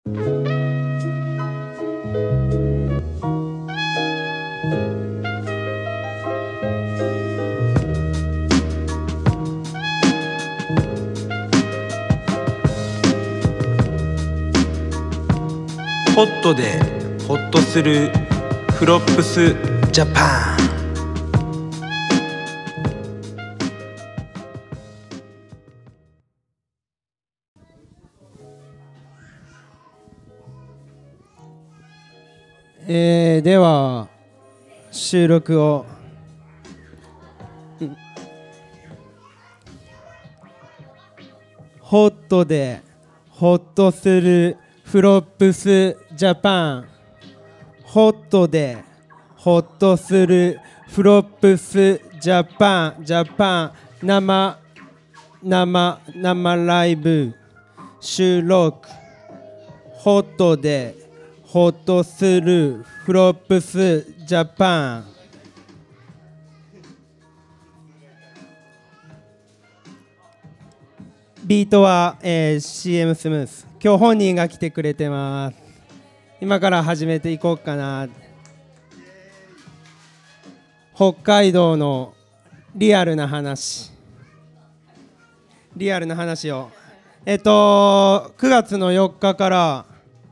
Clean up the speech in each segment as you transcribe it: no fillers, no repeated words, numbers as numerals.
ホットでホッとするフロップスジャパン。 では収録をホットでホッとするフロップスジャパン。ホットでホッとするフロップスジャパン。ジャパン生ライブ収録。ホットでホッとするフロップスジャパン。ビートは、CM スムース。今日本人が来てくれてます。今から始めていこうかな。北海道のリアルな話を9月の4日から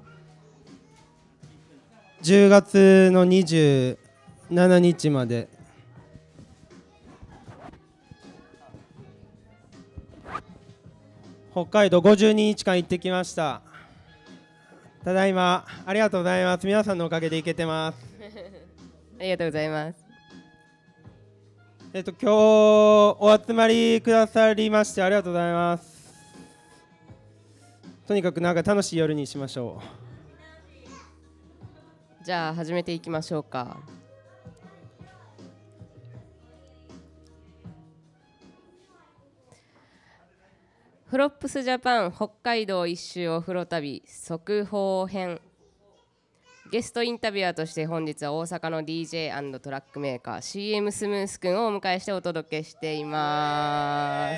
10月の27日まで北海道52日間行ってきました。ただいまありがとうございます。皆さんのおかげで行けてますありがとうございます。 今日お集まりくださりましてありがとうございます。とにかくなんか楽しい夜にしましょう。じゃあ始めていきましょうか。フロップスジャパン北海道一周お風呂旅速報編。ゲストインタビュアーとして本日は大阪の DJ& トラックメーカー CM スムースくんをお迎えしてお届けしています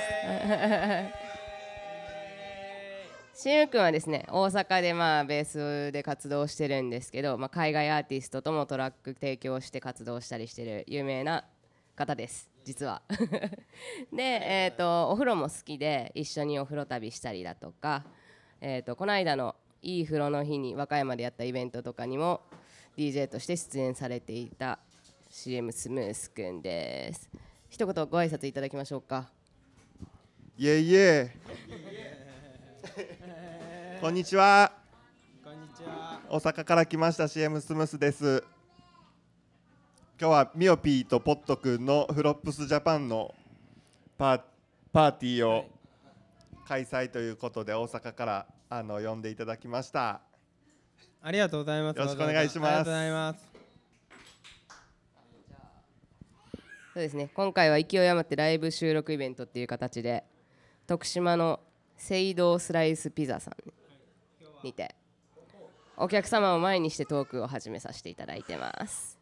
CM くんはですね、大阪でベースで活動してるんですけど、海外アーティストともトラック提供して活動したりしてる有名な方です実はで、お風呂も好きで一緒にお風呂旅したりだとか、この間のいい風呂の日に和歌山でやったイベントとかにも DJ として出演されていた CM スムースくんです。一言ご挨拶いただきましょうか。 イエイエこんにちは。大阪から来ました CM スムースです。今日はミオピーとポットくんのフロップスジャパンのパーティーを開催ということで大阪から呼んでいただきました。 ありがとうございます。 よろしくお願いします。 ありがとうございます。 そうですね、今回は勢い余ってライブ収録イベントっていう形で徳島の聖堂スライスピザさんにてお客様を前にしてトークを始めさせていただいてます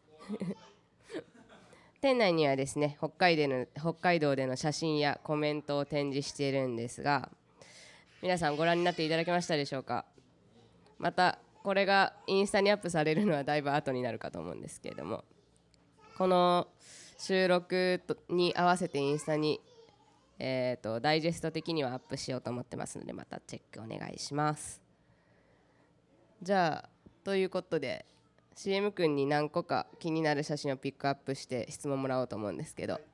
店内にはですね、北海道での写真やコメントを展示しているんですが、皆さんご覧になっていただけましたでしょうか。またこれがインスタにアップされるのはだいぶ後になるかと思うんですけれども、この収録に合わせてインスタに、ダイジェスト的にはアップしようと思ってますので、またチェックお願いします。じゃあということで CM くんに何個か気になる写真をピックアップして質問もらおうと思うんですけど、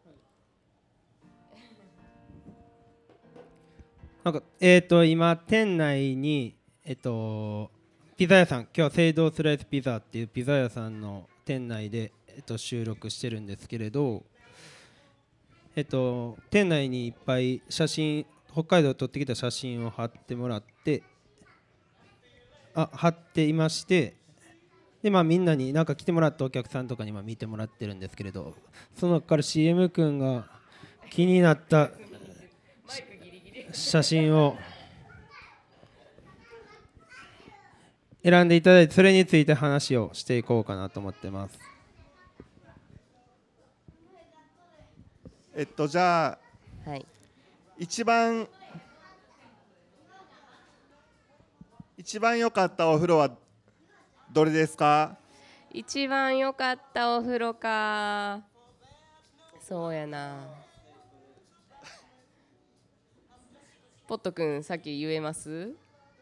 なんか今店内にピザ屋さん、今日は聖堂スライスピザっていうピザ屋さんの店内で収録してるんですけれど、店内にいっぱい写真、北海道で撮ってきた写真を貼っていまして、でみんなになんか来てもらったお客さんとかに見てもらってるんですけれど、その中から CM 君が気になった写真を選んでいただいて、それについて話をしていこうかなと思ってます。 じゃあ、 はい、 一番一番良かったお風呂はどれですか？ 一番良かったお風呂か。そうやな。ポットくん、さっき言えます？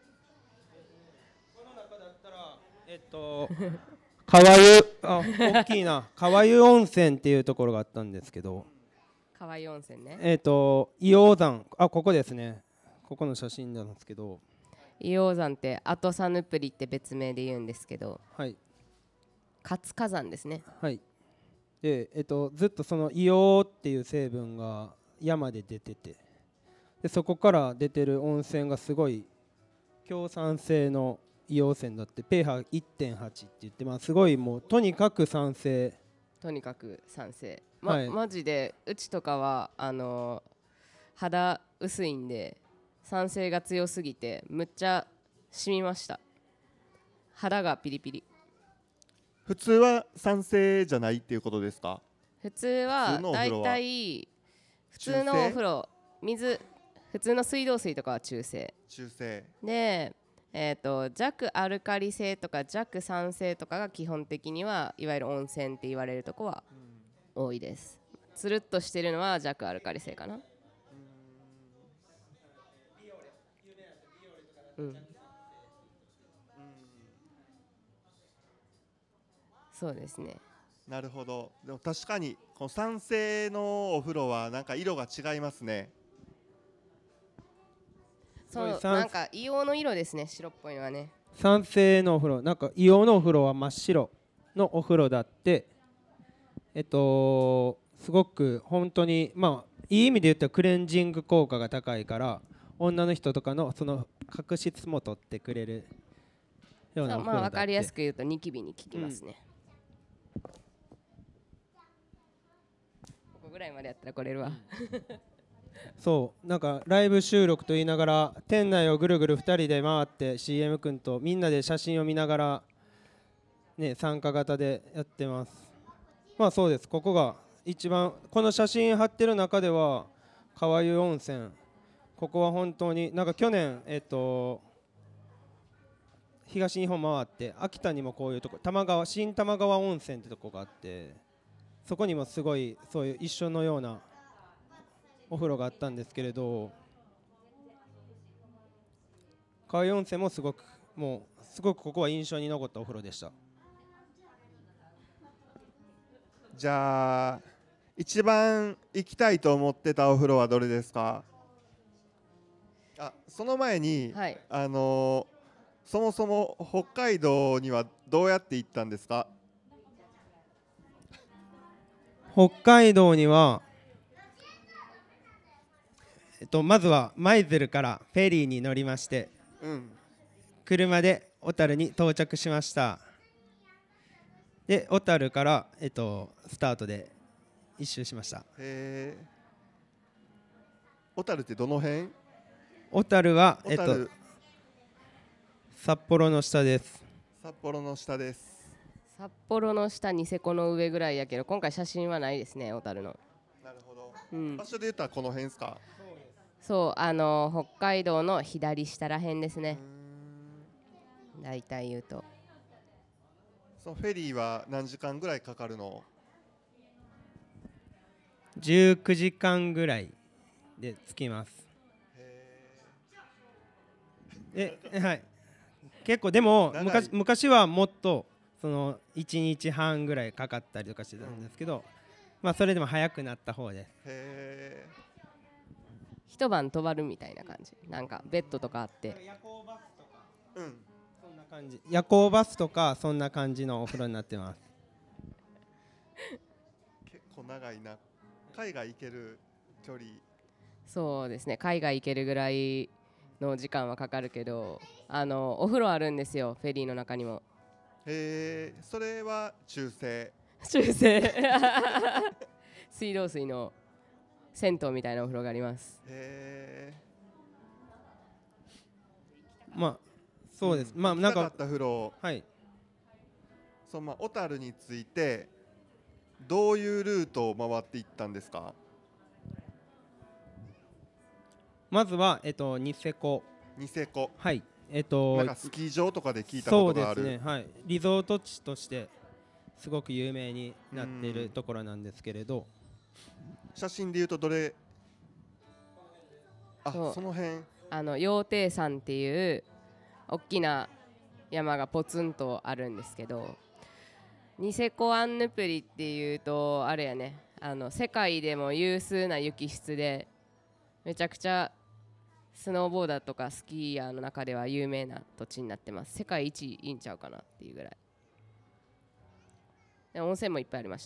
川湯、大きいな、川湯温泉っていうところがあったんですけど、 川湯温泉ね。 硫黄山、ここですね、ここの写真なんですけど、 硫黄山ってアトサヌプリって別名で言うんですけど、 はい、 活火山ですね。 はい。で、ずっとその硫黄っていう成分が山で出てて、でそこから出てる温泉がすごい強酸性の硫黄泉だって pH1.8 って言って、すごいもうとにかく酸性。 とにかく酸性、 はいマジでうちとかは肌薄いんで酸性が強すぎてむっちゃ染みました。肌がピリピリ。 普通は酸性じゃないっていうことですか？ 普通はだいたい普通のお風呂普通の水道水とかは中性で、弱アルカリ性とか弱酸性とかが基本的にはいわゆる温泉って言われるとこは多いです。つるっとしてるのは弱アルカリ性かな。そうですね。 なるほど。でも確かにこの酸性のお風呂はなんか色が違いますね。 そうなんか硫黄の色ですね、白っぽいのはね。 酸性のお風呂、なんか硫黄のお風呂は真っ白のお風呂だって、すごく本当にいい意味で言ったらクレンジング効果が高いから、女の人とかのその角質も取ってくれるようなお風呂だって。 分かりやすく言うとニキビに効きますね。ここぐらいまでやったら来れるわ。 そうなんかライブ収録と言いながら店内をぐるぐる2人で回って CM 君とみんなで写真を見ながら、ね、参加型でやってます。そうです。ここが一番この写真貼ってる中では川湯温泉、ここは本当になんか去年東日本回って秋田にもこういうとこ新玉川温泉ってとこがあって、そこにもすごいそういう一緒のようなお風呂があったんですけれど、川湯温泉もすごくここは印象に残ったお風呂でした。 じゃあ一番行きたいと思ってたお風呂はどれですか？その前に、 はい、 そもそも北海道にはどうやって行ったんですか？ 北海道にはまずは舞鶴からフェリーに乗りまして、車で小樽に到着しました。で小樽から、スタートで一周しました。 小樽ってどの辺？ 小樽は札幌の下です。 札幌の下です。 札幌の下、ニセコの上ぐらいやけど今回写真はないですね、小樽の。 なるほど、場所で言ったらこの辺ですか？ そう北海道の左下らへんですね。大体言うとそのフェリーは何時間ぐらいかかるの ？19時間ぐらいで着きます。はい、結構でも昔はもっとその1日半ぐらいかかったりとかしてたんですけど、それでも早くなった方です。 一晩泊まるみたいな感じ、なんかベッドとかあって夜行バスとか、そんな感じ、夜行バスとかそんな感じのお風呂になってます。 結構長いな。海外行ける距離。 そうですね、海外行けるぐらいの時間はかかるけど、お風呂あるんですよ、フェリーの中にも。 それは中性水道水の銭湯みたいなお風呂があります。 そうです。 なんか風呂、 はい。 小樽についてどういうルートを回っていったんですか？ まずはニセコ、 ニセコ、 はい、 なんかスキー場とかで聞いたことがある。 そうですね、はい、リゾート地としてすごく有名になっているところなんですけれど、 写真でいうとどれ、 そうその辺、 羊蹄山っていう大きな山がポツンとあるんですけど、ニセコアンヌプリっていうとあれやね、世界でも有数な雪質でめちゃくちゃスノーボーダーとかスキーヤーの中では有名な土地になってます。世界一いいんちゃうかなっていうぐらいで、温泉もいっぱいありました。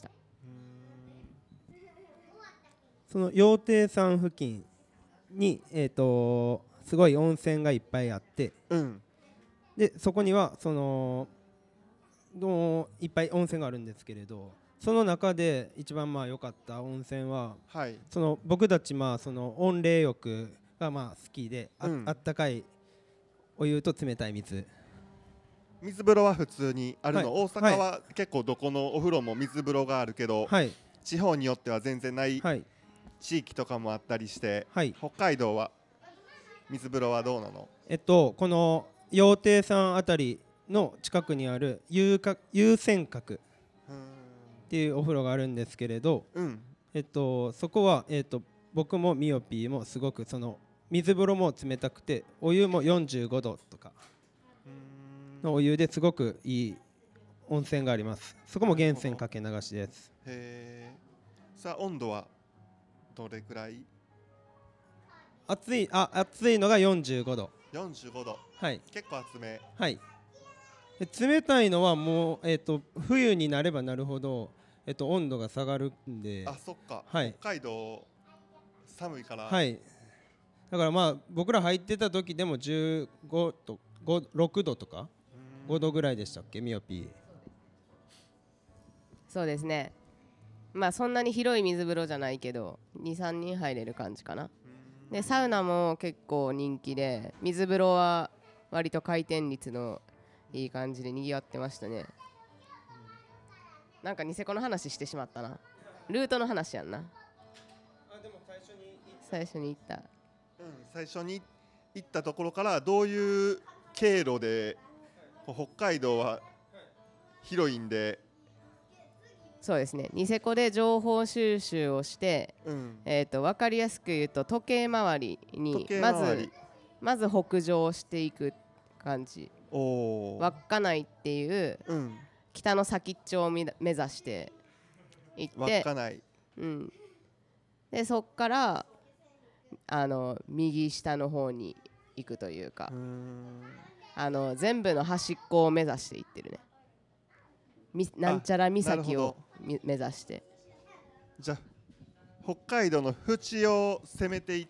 その羊蹄山付近に、すごい温泉がいっぱいあって、でそこにはいっぱい温泉があるんですけれど、その中で一番良かった温泉は、僕たち温冷浴が好きで、あったかいお湯と冷たい水風呂は普通にあるの、 はい、 大阪は結構どこのお風呂も水風呂があるけど、 はい、 地方によっては全然ない地域とかもあったりして、はい、北海道は水風呂はどうなの？ この羊蹄山あたりの近くにある有泉閣っていうお風呂があるんですけれど、そこは、僕もミオピーもすごく水風呂も冷たくて、お湯も45度とかのお湯ですごくいい温泉があります。そこも源泉かけ流しです。 さあ温度はどれくらい？ 暑いのが45度。 45度、 はい、 結構厚め。 はい、冷たいのはもう、冬になればなるほど、温度が下がるんで。 そっか、 はい、 北海道寒いから。 はい、だから僕ら入ってた時でも15と6度とか5度ぐらいでしたっけ、ミオピー？ そうですね、そんなに広い水風呂じゃないけど 2,3 人入れる感じかな。でサウナも結構人気で、水風呂は割と回転率のいい感じで賑わってましたね。なんかニセコの話してしまったな。ルートの話やんな。 でも最初に行った、 最初に行ったところからどういう経路で、北海道は広いんで、 そうですね、ニセコで情報収集をして、分かりやすく言うと時計回りにまず北上していく感じ。稚内っていう、北の先っちょを目指して行って、 稚内、 でそっから右下の方に行くというか、全部の端っこを目指して行ってるね。なんちゃら岬を目指して。 じゃあ北海道の縁を攻めていって。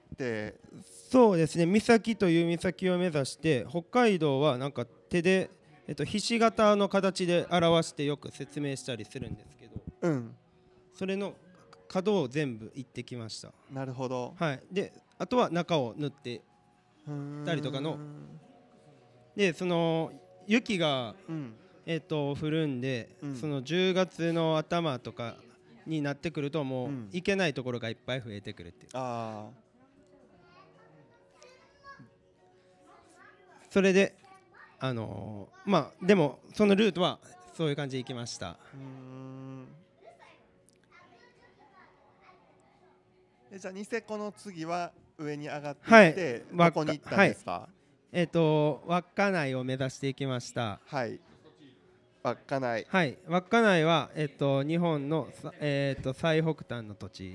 そうですね、岬という岬を目指して、北海道はなんか手で、ひし形の形で表してよく説明したりするんですけど、それの角を全部行ってきました。 なるほど。 はい、であとは中を塗ってたりとかので、雪が、降るんで、その10月の頭とかになってくるともう行けないところがいっぱい増えてくるっていう。それででもそのルートはそういう感じで行きました。 じゃあニセコの次は上に上がっていって、どこに行ったんですか？ 稚内を目指していきました。 はい、稚内。 はい、稚内は、日本の、最北端の土地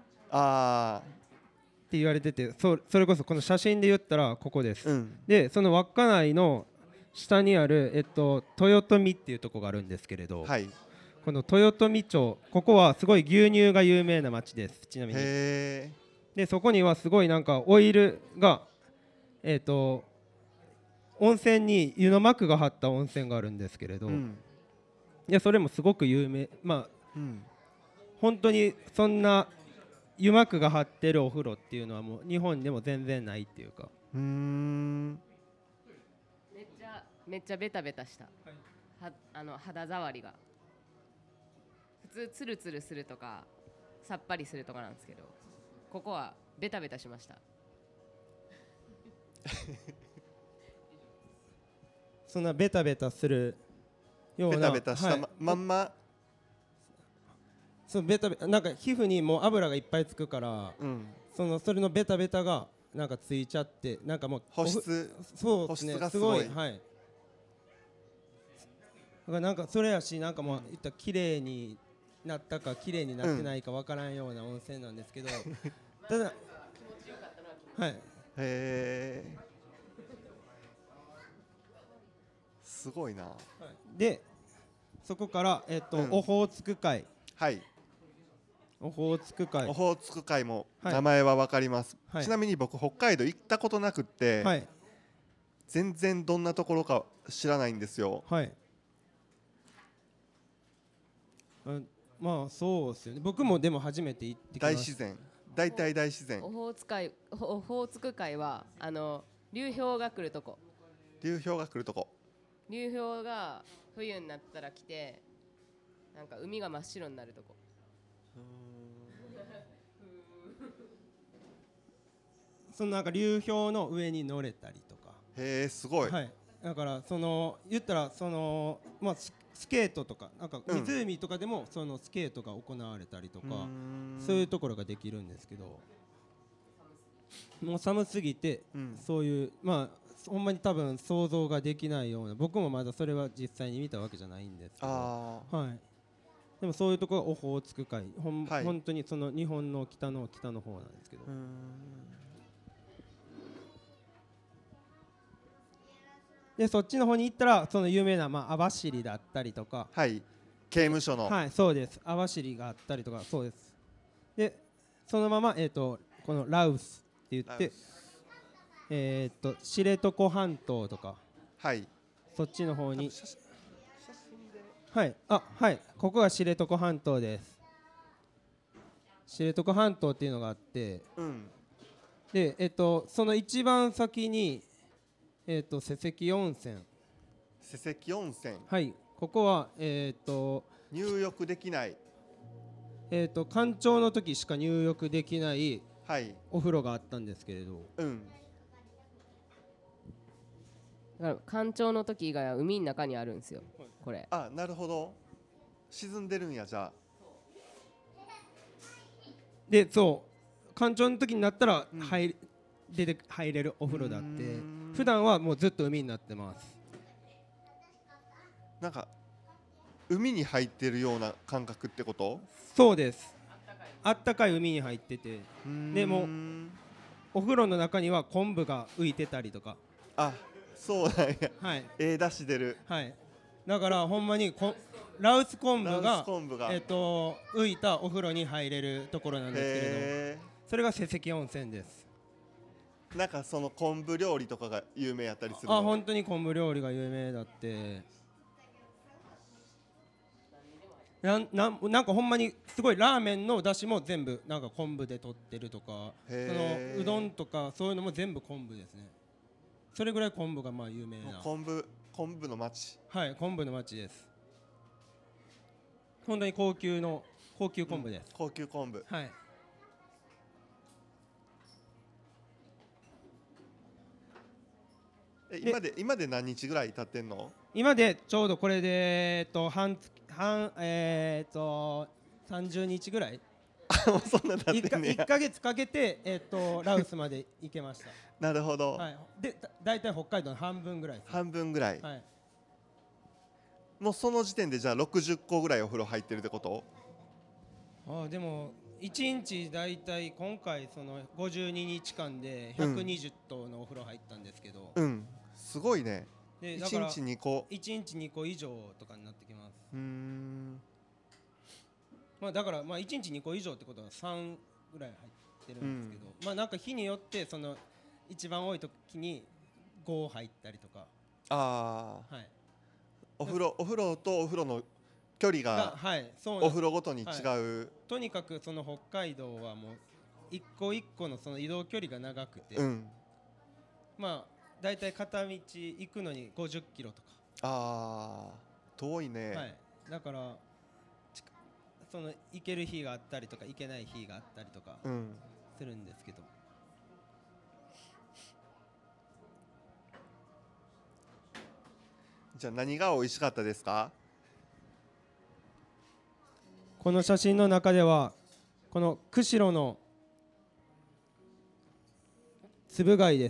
って言われてて、それこそこの写真で言ったらここです。でその稚内の下にある、豊富っていうところがあるんですけれど、この豊富町、ここはすごい牛乳が有名な町です。ちなみにでそこにはすごいなんかオイルが、温泉に湯の膜が張った温泉があるんですけれど、いやそれもすごく有名。本当にそんな湯膜が張ってるお風呂っていうのはもう日本でも全然ないっていうか。 めっちゃベタベタした、肌触りが普通ツルツルするとかさっぱりするとかなんですけど、ここはベタベタしました。 そんなベタベタするようなベタベタしたまんま、 そうベタベタなんか皮膚にもう油がいっぱいつくから、それのベタベタがなんかついちゃってなんかもう保湿そうですね、 保湿がすすごいごい、はい。だからなんかそれやしなんかもういった綺麗になったか綺麗になってないかわからんような温泉なんですけど、ただはい。 へえすごいな。 でそこからオホーツク海、 はい、 オホーツク海、 オホーツク海もはい名前は分かります、 はいちなみに僕北海道行ったことなくって、 はい全然どんなところか知らないんですよ。 はい。まあそうですよね。僕もでも初めて行ってきました。 大自然、大体大自然。 オホーツク海は流氷が来るとこ。 流氷が来るとこ。 流氷が冬になったら来て、なんか海が真っ白になるとこ。 そのなんか流氷の上に乗れたりとか。 へえすごい、 はい。だから言ったらまあスケートとかなんか湖とかでもそのスケートが行われたりとか、そういうところができるんですけど、もう寒すぎて、そういうまあほんまに多分想像ができないような、僕もまだそれは実際に見たわけじゃないんですけど、はい。でもそういうところがオホーツク海、本当にその日本の北の方なんですけど。でそっちの方に行ったらその有名な網走だったりとか、 はい、刑務所の、 はい、そうです、網走があったりとか、そうです。でそのままこのラウスって言って知床半島とか、 はい、 そっちの方に、はい、はい、ここが知床半島です。知床半島っていうのがあって、でその一番先に瀬関温泉。 瀬関温泉、 はい、ここは入浴できない、 干潮の時しか入浴できないお風呂があったんですけれど、 だから干潮の時以外は海の中にあるんですよ、これ。 あ、なるほど、沈んでるんや。じゃあでそう干潮の時になったら入れるお風呂だって、普段はもうずっと海になってます。 なんか海に入ってるような感覚ってこと？ そうです、あったかい海に入ってて、でもお風呂の中には昆布が浮いてたりとか。 あ、そうなんや、 はい、 出汁出る、 はい、だからほんまにラウス昆布が浮いたお風呂に入れるところなんですけれど、それが瀬関温泉です。 なんかその昆布料理とかが有名やったりするの？ あ、本当に昆布料理が有名だって、なんかほんまにすごいラーメンの出汁も全部なんか昆布で取ってるとか、そのうどんとかそういうのも全部昆布ですね。それぐらい昆布がまあ有名な昆布の町。 はい、昆布の町です。本当に高級昆布です。 高級昆布、 はい。 今で何日ぐらい経ってんの？ 今でちょうどこれで30日ぐらい。 もうそんな経ってんねや。 1ヶ月かけてラウスまで行けました。 なるほど。 はい。でだいたい北海道の半分ぐらいです。 半分ぐらい。 はい。 もうその時点でじゃあ60個ぐらいお風呂入ってるってこと？ でも1日だいたい今回その52日間で120頭のお風呂入ったんですけど、 すごいね。 で 1日2個 1日2個以上とかになってきます。まあだからまあ1日2個以上ってことは3ぐらい入ってるんですけど、まあなんか日によってその一番多い時に5入ったりとか。 はい。お風呂とお風呂の距離がお風呂ごとに違う。 とにかくその北海道はもう一個一個のその移動距離が長くて、まあだいたい片道行くのに50キロとか。 遠いね。 はい。だからその行ける日があったりとか行けない日があったりとかするんですけど、 じゃあ何が美味しかったですか？ この写真の中ではこの釧路のつぶ貝です。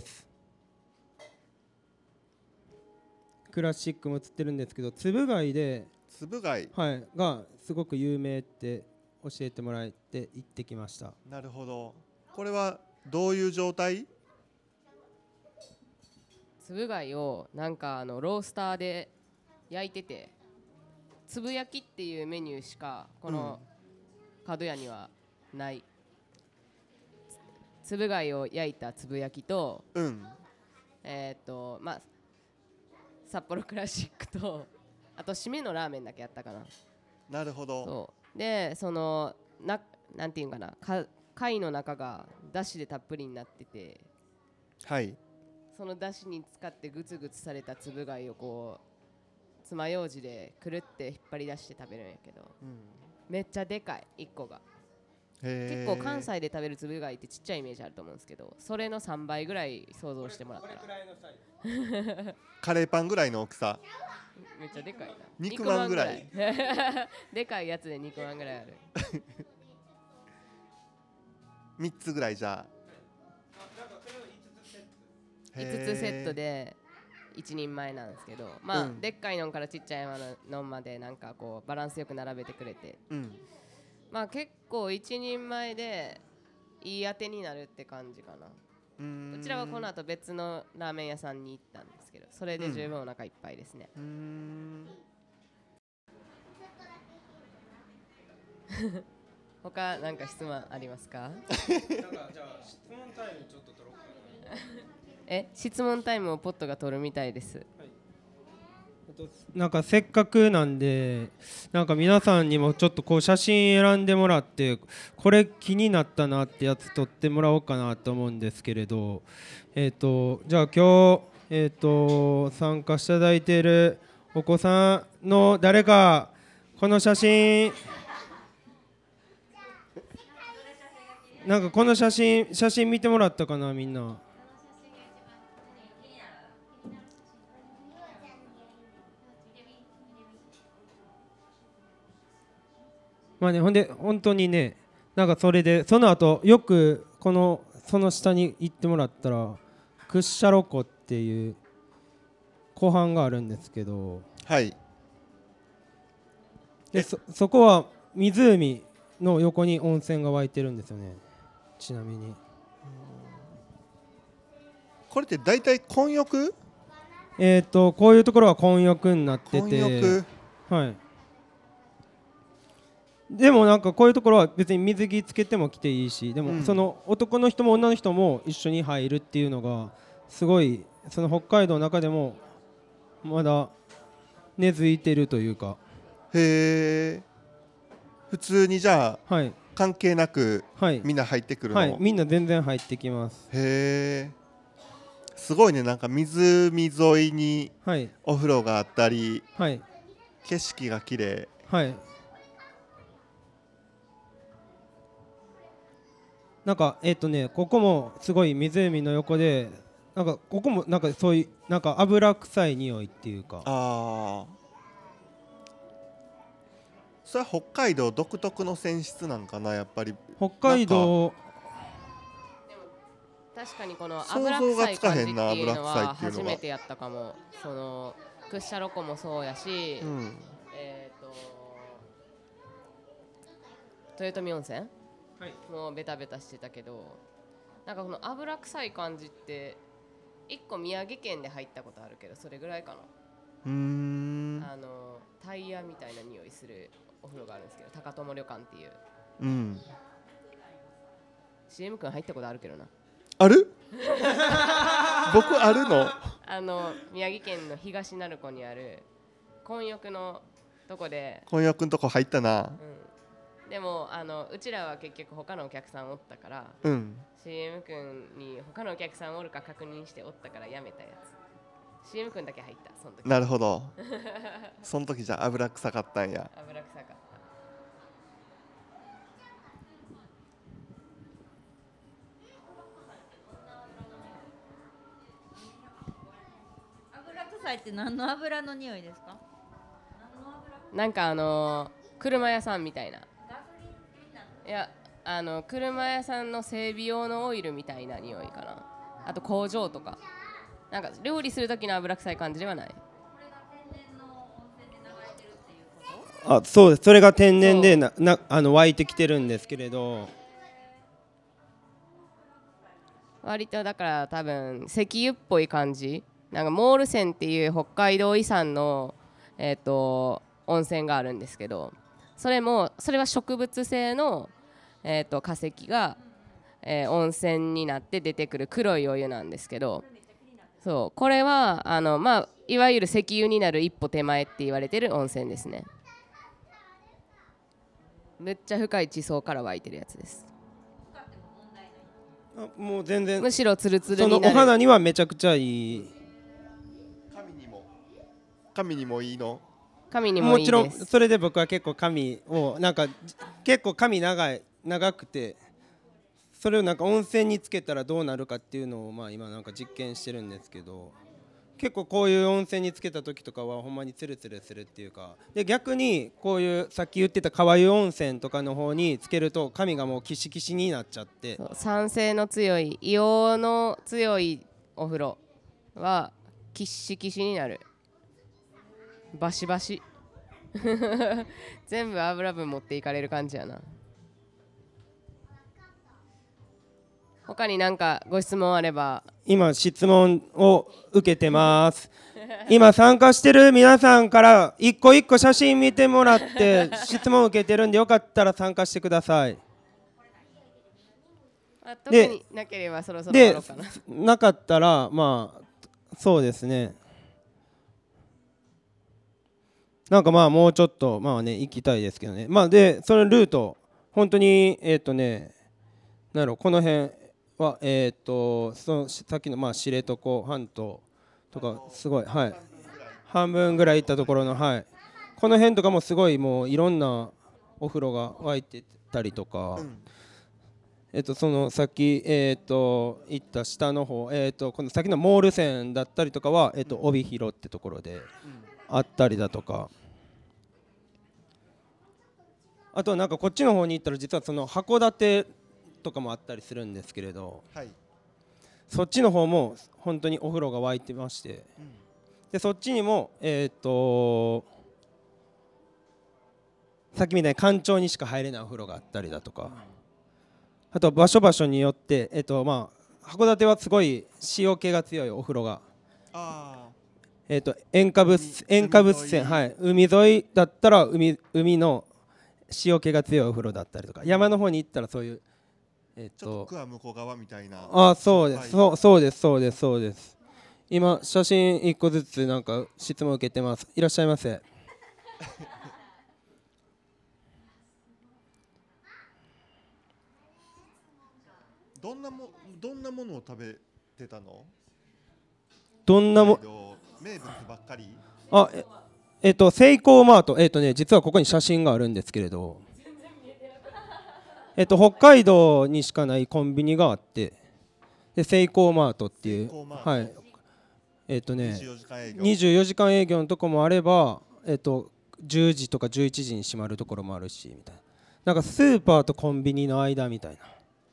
クラシックも写ってるんですけど、つぶ貝で、 つぶ貝。 はい、がすごく有名って教えてもらえて行ってきました。 なるほど。これはどういう状態？ つぶ貝をなんかロースターで焼いてて、つぶ焼きっていうメニューしかこの角屋にはない。つぶ貝を焼いたつぶ焼きと、 うん。 まあ札幌クラシックと、あと締めのラーメンだけやったかな。 なるほど。 そうで、なんていうんかな、貝の中がだしでたっぷりになってて、 はい。 そのだしに使ってグツグツされたつぶ貝をこう爪楊枝でくるって引っ張り出して食べるんやけど、めっちゃでかい1個が。結構関西で食べるつぶ貝ってちっちゃいイメージあると思うんですけど、それの3倍ぐらい想像してもらったらカレーパンぐらいの大きさ。 めっちゃでかいな。 肉まんぐらいでかいやつで肉まんぐらいある。 3つぐらいじゃあ 5つセットで1人前なんですけど、まあ、でっかいのからちっちゃいのまでなんかこうバランスよく並べてくれて、まあ結構1人前でいい当てになるって感じかな。こちらはこの後別のラーメン屋さんに行ったんですけど、それで十分お腹いっぱいですね。他なんか質問ありますか？ なんかじゃあ質問タイムちょっと取ろうかな。 質問タイムをポットが取るみたいです。 なんかせっかくなんで、なんか皆さんにもちょっとこう写真選んでもらって、これ気になったなってやつ撮ってもらおうかなと思うんですけれど、じゃあ今日、参加していただいているお子さんの誰かこの写真、なんかこの写真見てもらったかな、みんな。まあね、ほんで本当にね、なんかそれでその後よくその下に行ってもらったらクッシャロ湖っていう湖畔があるんですけど、 はいでそこは湖の横に温泉が湧いてるんですよね。ちなみにこれって大体混浴？ こういうところは混浴になってて、 混浴。 はい。でもなんかこういうところは別に水着つけても来ていいし、でもその男の人も女の人も一緒に入るっていうのがすごい、その北海道の中でもまだ根付いてるというか。 へえ。普通にじゃあ、 はい、 関係なく、 はい、 みんな入ってくるの？ はい、みんな全然入ってきます。 へえ。すごいね、なんか湖沿いにお風呂があったり、 はい、 景色が綺麗。 はい。なんかここもすごい湖の横で、なんかここもなんかそういうなんか油臭い匂いっていうか。 ああ。それは北海道独特の泉質なんかな、やっぱり。 北海道。 確かにこの油臭い感じっていうのは初めてやったかも。そのクッシャロコもそうやし、豊富温泉もうベタベタしてたけど、なんかこの油臭い感じって一個宮城県で入ったことあるけど、それぐらいかな。タイヤみたいな匂いするお風呂があるんですけど、高友旅館っていう、CM 君入ったことあるけどな。 ある僕あるの？ 宮城県の東鳴子にある混浴のとこで。 混浴のとこ入ったな。 でもうちらは結局他のお客さんおったから、CM 君に他のお客さんおるか確認しておったからやめたやつ。CM 君だけ入ったその時。 なるほど。その時じゃ油臭かったんや。 油臭かった。 油臭菜って何の油の匂いですか？ なんか車屋さんみたいな。いや車屋さんの整備用のオイルみたいな匂いかな。あと工場とかなんか料理する時の油臭い感じではない。 あ、そうです。それが天然で湧いてきてるんですけれど、 割とだから多分石油っぽい感じ。なんかモール泉っていう北海道遺産の温泉があるんですけど、それは植物性の化石が温泉になって出てくる黒いお湯なんですけど、そうこれはいわゆる石油になる一歩手前って言われてる温泉ですね。めっちゃ深い地層から湧いてるやつです。 もう全然むしろツルツルになる。 そのお肌にはめちゃくちゃいい。 髪にもいいの？ 髪にもいいです。 もちろんそれで僕は結構髪を結構髪長くて、それをなんか温泉につけたらどうなるかっていうのを今なんか実験してるんですけど、結構こういう温泉につけた時とかはほんまにツルツルするっていうか、で逆にこういうさっき言ってた川湯温泉とかの方につけると髪がもうキシキシになっちゃって、 酸性の強い硫黄の強いお風呂はキシキシになる。バシバシ全部油分持っていかれる感じやな。他に何かご質問あれば。 今質問を受けてます今参加してる皆さんから一個一個写真見てもらって質問受けてるんで、よかったら参加してください。 特になければそろそろ終わろうかな。 なかったらそうですね、なんかもうちょっと行きたいですけどね。でそのルート本当になんやろ、この辺はそのさっきの知床半島とかすごい、半分ぐらい行ったところの、この辺とかもすごいもういろんなお風呂が湧いてたりとか、そのさっき行った下の方、この先のモール泉だったりとかは帯広ってところであったりだとか、あとなんかこっちの方に行ったら実はその函館とかもあったりするんですけれど、そっちの方も本当にお風呂が湧いてまして、でそっちにもさっきみたいに干潮にしか入れないお風呂があったりだとか、あと場所によって函館はすごい塩気が強いお風呂が、塩化物泉、海沿いだったら海の塩気が強いお風呂だったりとか、山の方に行ったらそういうちょっとクワ向こう側みたいな。 そうです。今写真1個ずつなんか質問受けてます。いらっしゃいませ。 どんなものを食べてたの？名物ばっかり？ セイコーマート、実はここに写真があるんですけれど、北海道にしかないコンビニがあって、でセイコーマートっていう、24時間営業のとこもあれば、10時とか11時に閉まるところもあるしみたいな、なんかスーパーとコンビニの間みたいな。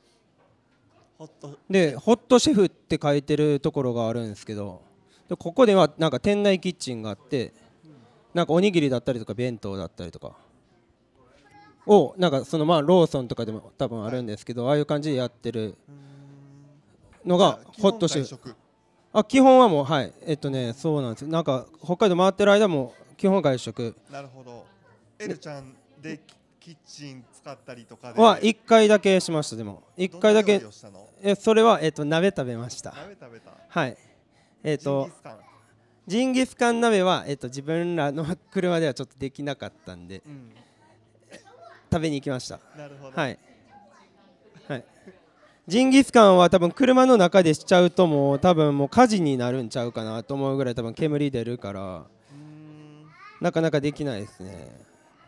でホットシェフって書いてるところがあるんですけど、でここではなんか店内キッチンがあって、なんかおにぎりだったりとか弁当だったりとかをなんかそのローソンとかでも多分あるんですけど、ああいう感じでやってるのがホットシェフ。基本はもうそうなんですよ。なんか北海道回ってる間も基本外食。 なるほど。エルちゃんでキッチン使ったりとかでは1回だけしました。でも1回だけ。それは鍋食べました。 鍋食べた。 はい。ジンギスカン鍋は自分らの車ではちょっとできなかったんで、食べに行きました。 なるほど。 はい。ジンギスカンは多分車の中でしちゃうともう多分もう火事になるんちゃうかなと思うぐらい多分煙出るから、なかなかできないですね。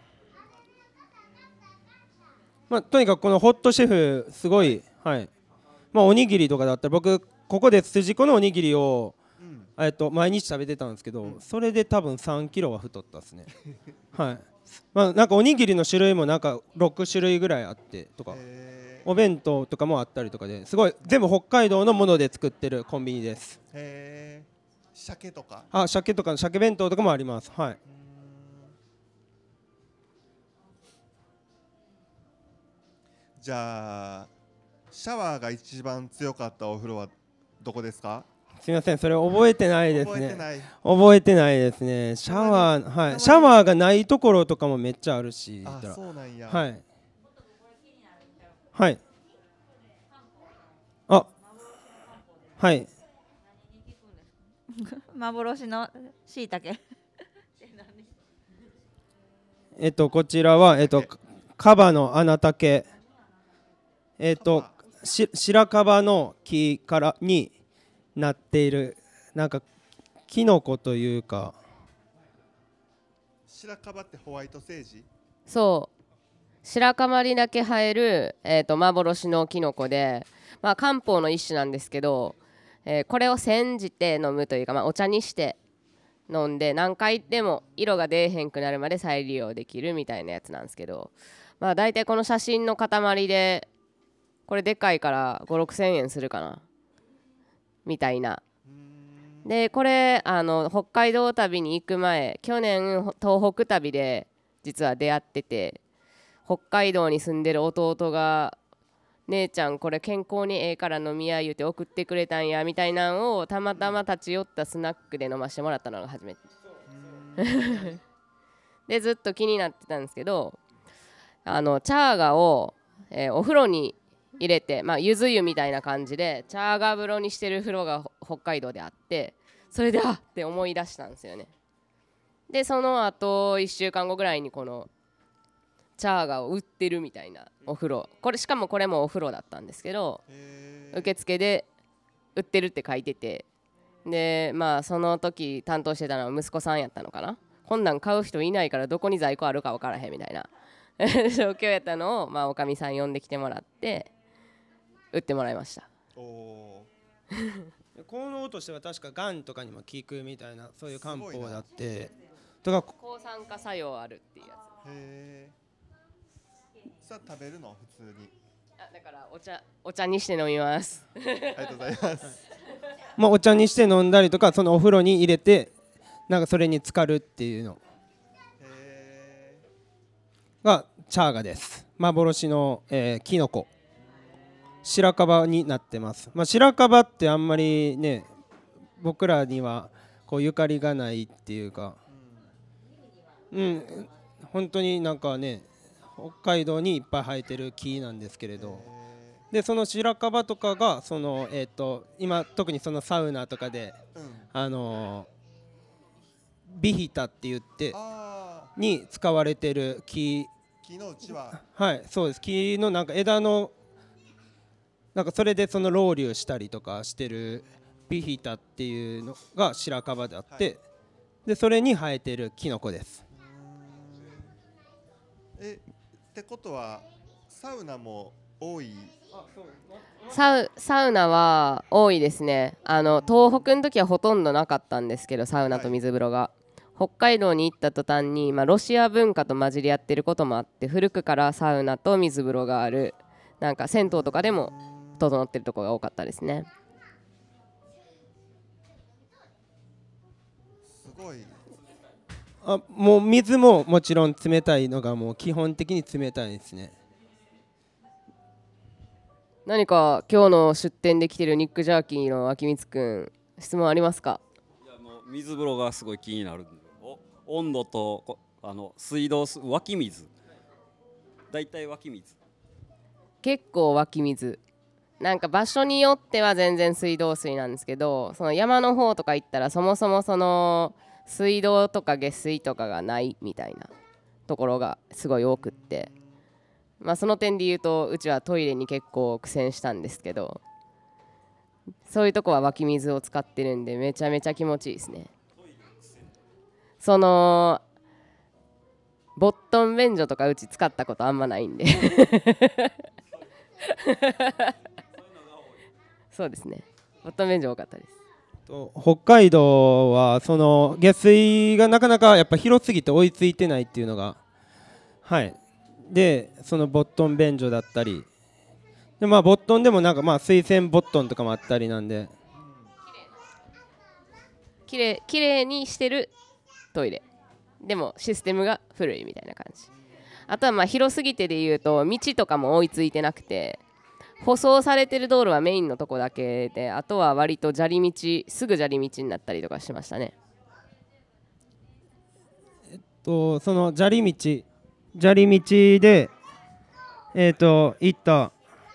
とにかくこのホットシェフすごい、おにぎりとかだったら僕ここで筋子のおにぎりを毎日食べてたんですけど、それで多分3キロは太ったですねはい。まあなんかおにぎりの種類もなんか6種類ぐらいあってとか、お弁当とかもあったりとかで、すごい全部北海道のもので作ってるコンビニです。 へえ。鮭とか。 鮭とか鮭弁当とかもあります。はい。 じゃあシャワーが一番強かったお風呂はどこですか？ すみません、それ覚えてないですね。 覚えてない。 覚えてないですね。シャワー、はい、シャワーがないところとかもめっちゃあるし。 あ、そうなんや。 はい。はい。あ、はい。 幻のしいたけ。 こちらはカバの穴竹。白樺の木からになっているなんかキノコというか。 白樺ってホワイトセージ？ そう白樺にだけ生える、幻のキノコで、まあ、漢方の一種なんですけど、これを煎じて飲むというか、まあ、お茶にして飲んで何回でも色が出えへんくなるまで再利用できるみたいなやつなんですけど、まあ、大体この写真の塊でこれでかいから5、6千円するかなみたいな。でこれ北海道旅に行く前、去年東北旅で実は出会ってて、北海道に住んでる弟が姉ちゃんこれ健康にええから飲みや言うて送ってくれたんやみたいなのをたまたま立ち寄ったスナックで飲ましてもらったのが初めてでずっと気になってたんですけど、チャーガを、お風呂に入れて、まあ、ゆず湯みたいな感じでチャーガ風呂にしてる風呂が北海道であって、それであって思い出したんですよね。でその後1週間後ぐらいにこのチャーガを売ってるみたいなお風呂、これしかもこれもお風呂だったんですけど、受付で売ってるって書いてて、でまあその時担当してたのは息子さんやったのかな。こんなん買う人いないからどこに在庫あるか分からへんみたいな状況やったのを、まあ、おかみさん呼んできてもらって売ってもらいました。 効能としては確かがんとかにも効くみたいな、そういう漢方だってとか抗酸化作用あるっていうやつ。 へえ。さあ食べるの普通に。 だからお茶にして飲みます。 ありがとうございます。 まあお茶にして飲んだりとか、そのお風呂に入れてなんかそれに浸かるっていうのがチャーガです。幻の、キノコ白樺になってます。まあ、白樺ってあんまりね僕らにはこうゆかりがないっていうか、本当になんかね北海道にいっぱい生えてる木なんですけれど、でその白樺とかがその、今特にそのサウナとかで、ビヒタって言ってに使われてる木のうちは、 はい、そうです。木のなんか枝のなんかそれでそのロウリュしたりとかしてるビヒタっていうのが白樺であって、でそれに生えてるキノコです。 ってことはサウナも多い？ サウナは多いですね。東北の時はほとんどなかったんですけど、サウナと水風呂が、北海道に行った途端に、ロシア文化と混じり合ってることもあって、古くからサウナと水風呂がある、なんか銭湯とかでも整ってるところが多かったですね。 すごい。 もう水ももちろん冷たいのがもう基本的に冷たいですね。 何か今日の出店で来てるニックジャーキーの秋光くん、質問ありますか？ いやもう水風呂がすごい気になる。温度と水道湧き水、だいたい湧き水、 結構湧き水、なんか場所によっては全然水道水なんですけど、その山の方とか行ったらそもそもその水道とか下水とかがないみたいなところがすごい多くって、その点で言うとうちはトイレに結構苦戦したんですけど、そういうとこは湧き水を使ってるんでめちゃめちゃ気持ちいいですね。そのボットン便所とかうち使ったことあんまないんでそうですね、ボットン便所多かったです。 北海道はその下水がなかなかやっぱ広すぎて追いついてないっていうのが、はい、でそのボットン便所だったりで、まあ、ボットンでもなんかまあ水洗ボットンとかもあったりなんで、 きれいにしてるトイレでもシステムが古いみたいな感じ。あとはまあ広すぎてでいうと道とかも追いついてなくて、舗装されてる道路はメインのとこだけで、あとは割と砂利道、すぐ砂利道になったりとかしましたね。 その砂利道で行った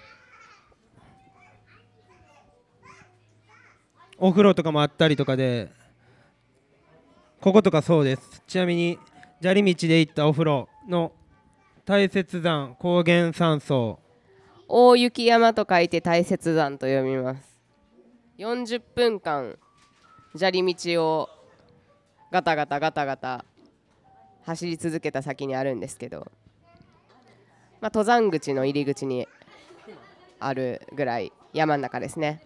お風呂とかもあったりとかで、こことかそうです。ちなみに砂利道で行ったお風呂の大雪山高原山荘、 大雪山と書いて大雪山と読みます。40分間砂利道をガタガタ走り続けた先にあるんですけど、まあ、登山口の入り口にあるぐらい山の中ですね。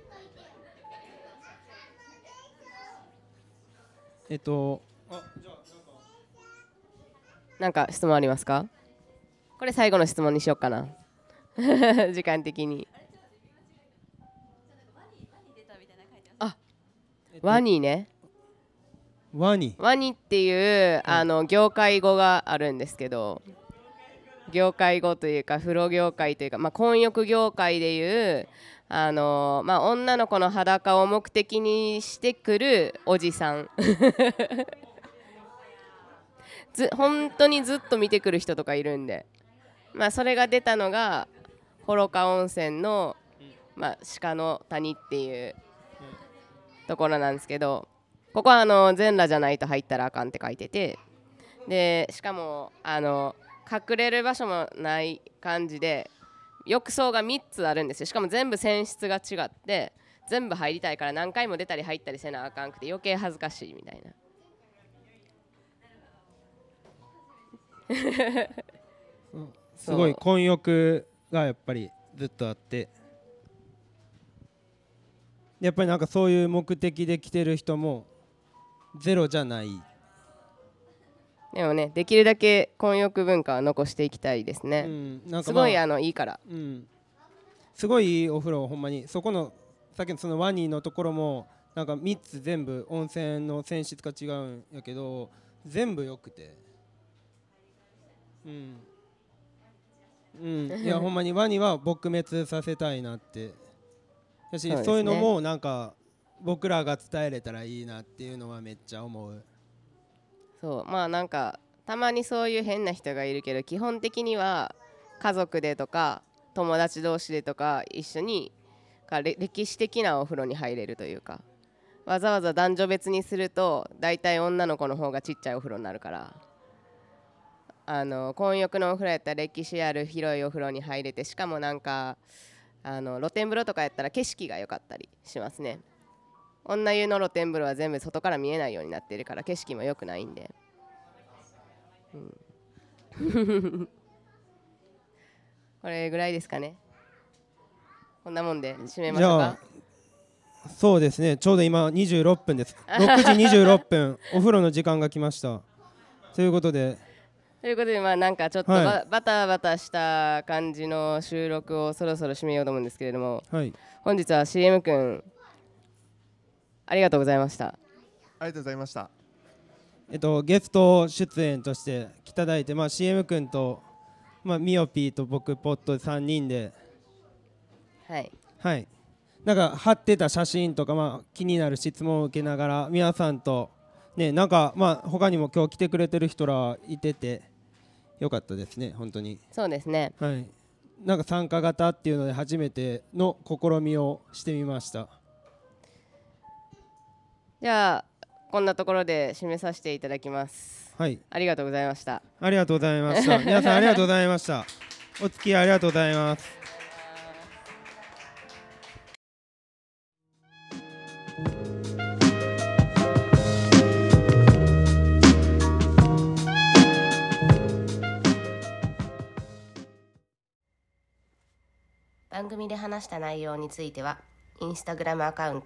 なんか質問ありますか？これ最後の質問にしようかな時間的に。あ、ワニね。ワニっていう業界語があるんですけど、業界語というか風呂業界というか、まあ、混浴業界でいうまあ、女の子の裸を目的にしてくるおじさん本当にずっと見てくる人とかいるんで、まあ、それが出たのが幌加温泉の、まあ、鹿の谷っていうところなんですけど、ここは全裸じゃないと入ったらあかんって書いてて、でしかも隠れる場所もない感じで浴槽が3つあるんですよ。しかも全部泉質が違って、全部入りたいから何回も出たり入ったりせなあかんくて余計恥ずかしいみたいなすごい混浴がやっぱりずっとあって、やっぱりなんかそういう目的で来てる人もゼロじゃない。 でもね、できるだけ混浴文化は残していきたいですね、なんかすごいいいから、 すごいいいお風呂、ほんまにそこのさっきのそのワニのところもなんか3つ全部温泉の泉質が違うんやけど全部良くて、いやほんまにワニは撲滅させたいなってやし、そういうのもなんか僕らが伝えれたらいいなっていうのはめっちゃ思う。 そう、まあなんかたまにそういう変な人がいるけど、基本的には家族でとか友達同士でとか一緒に歴史的なお風呂に入れるというか、わざわざ男女別にすると大体女の子の方がちっちゃいお風呂になるから、混浴のお風呂やったら歴史ある広いお風呂に入れて、しかもなんか露天風呂とかやったら景色が良かったりしますね。女湯の露天風呂は全部外から見えないようになってるから景色も良くないんで、これぐらいですかね。こんなもんで締めましょうか。 そうですね、ちょうど今26分です6時26分お風呂の時間が来ましたということで、まあなんかちょっとバタバタした感じの収録をそろそろ締めようと思うんですけれども、本日は CM 君ありがとうございました。 ありがとうございました。 ゲスト出演として来ていただいて、CM 君と、ミオピーと僕ポット3人でなんか貼ってた写真とか、気になる質問を受けながら皆さんとね、なんか他にも今日来てくれてる人らいててよかったですね、本当に。 そうですね、 なんか参加型っていうので初めての試みをしてみました。 じゃあこんなところで締めさせていただきます。ありがとうございました。 ありがとうございました皆さんありがとうございました。お付き合いありがとうございます。 番組で話した内容についてはインスタグラムアカウント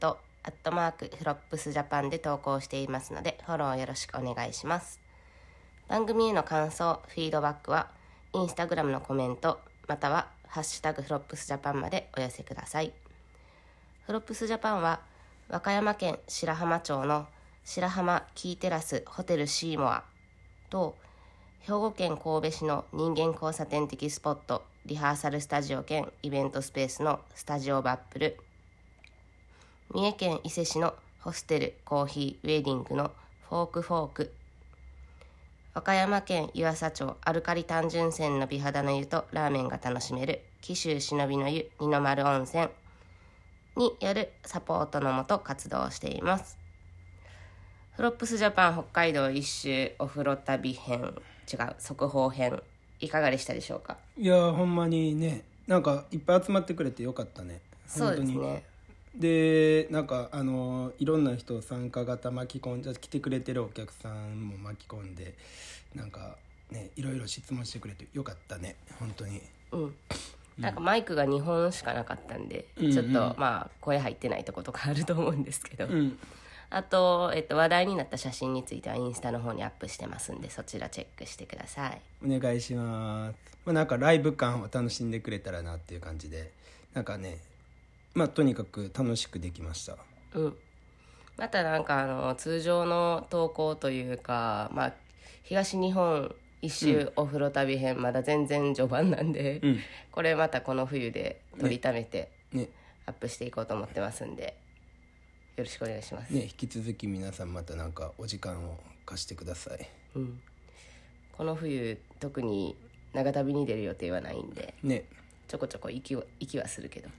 フロップスジャパンで投稿していますので、フォローよろしくお願いします。番組への感想、フィードバックはインスタグラムのコメントまたはハッシュタグフロップスジャパンまでお寄せください。フロップスジャパンは和歌山県白浜町の白浜キーテラスホテルシーモアと兵庫県神戸市の人間交差点的スポットリハーサルスタジオ兼イベントスペースのスタジオバップル、三重県伊勢市のホステルコーヒーウェディングのフォーク、和歌山県湯浅町アルカリ単純泉の美肌の湯とラーメンが楽しめる紀州忍びの湯二の丸温泉によるサポートのもと活動しています。フロップスジャパン北海道一周お風呂旅編速報編いかがでしたでしょうか。 いやほんまにね、なんかいっぱい集まってくれてよかったね。 そうですね。 でなんかいろんな人を参加型巻き込んで来てくれてるお客さんも巻き込んでなんかねいろいろ質問してくれてよかったね本当に。 なんかマイクが2本しかなかったんで、ちょっとまあ声入ってないとことかあると思うんですけど、あと、話題になった写真についてはインスタの方にアップしてますんで、そちらチェックしてください。 お願いします。なんかライブ感を楽しんでくれたらなっていう感じで、なんかねとにかく楽しくできました。 またなんか通常の投稿というか、東日本一周お風呂旅編まだ全然序盤なんで、これまたこの冬で取りためてアップしていこうと思ってますんで、よろしくお願いします。 引き続き皆さんまたなんかお時間を貸してください。 この冬特に長旅に出る予定はないんで、ちょこちょこ行きはするけど、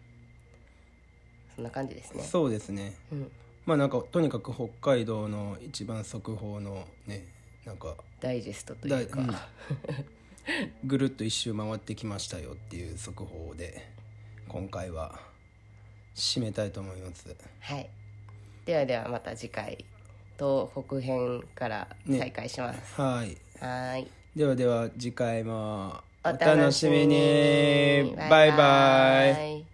そんな感じですね。 そうですね。なんかとにかく北海道の一番速報のねなんかダイジェストというか、 ぐるっと一周回ってきましたよっていう速報で今回は締めたいと思います。 ではまた次回東北編から再開します。では次回もお楽しみに。バイバイ。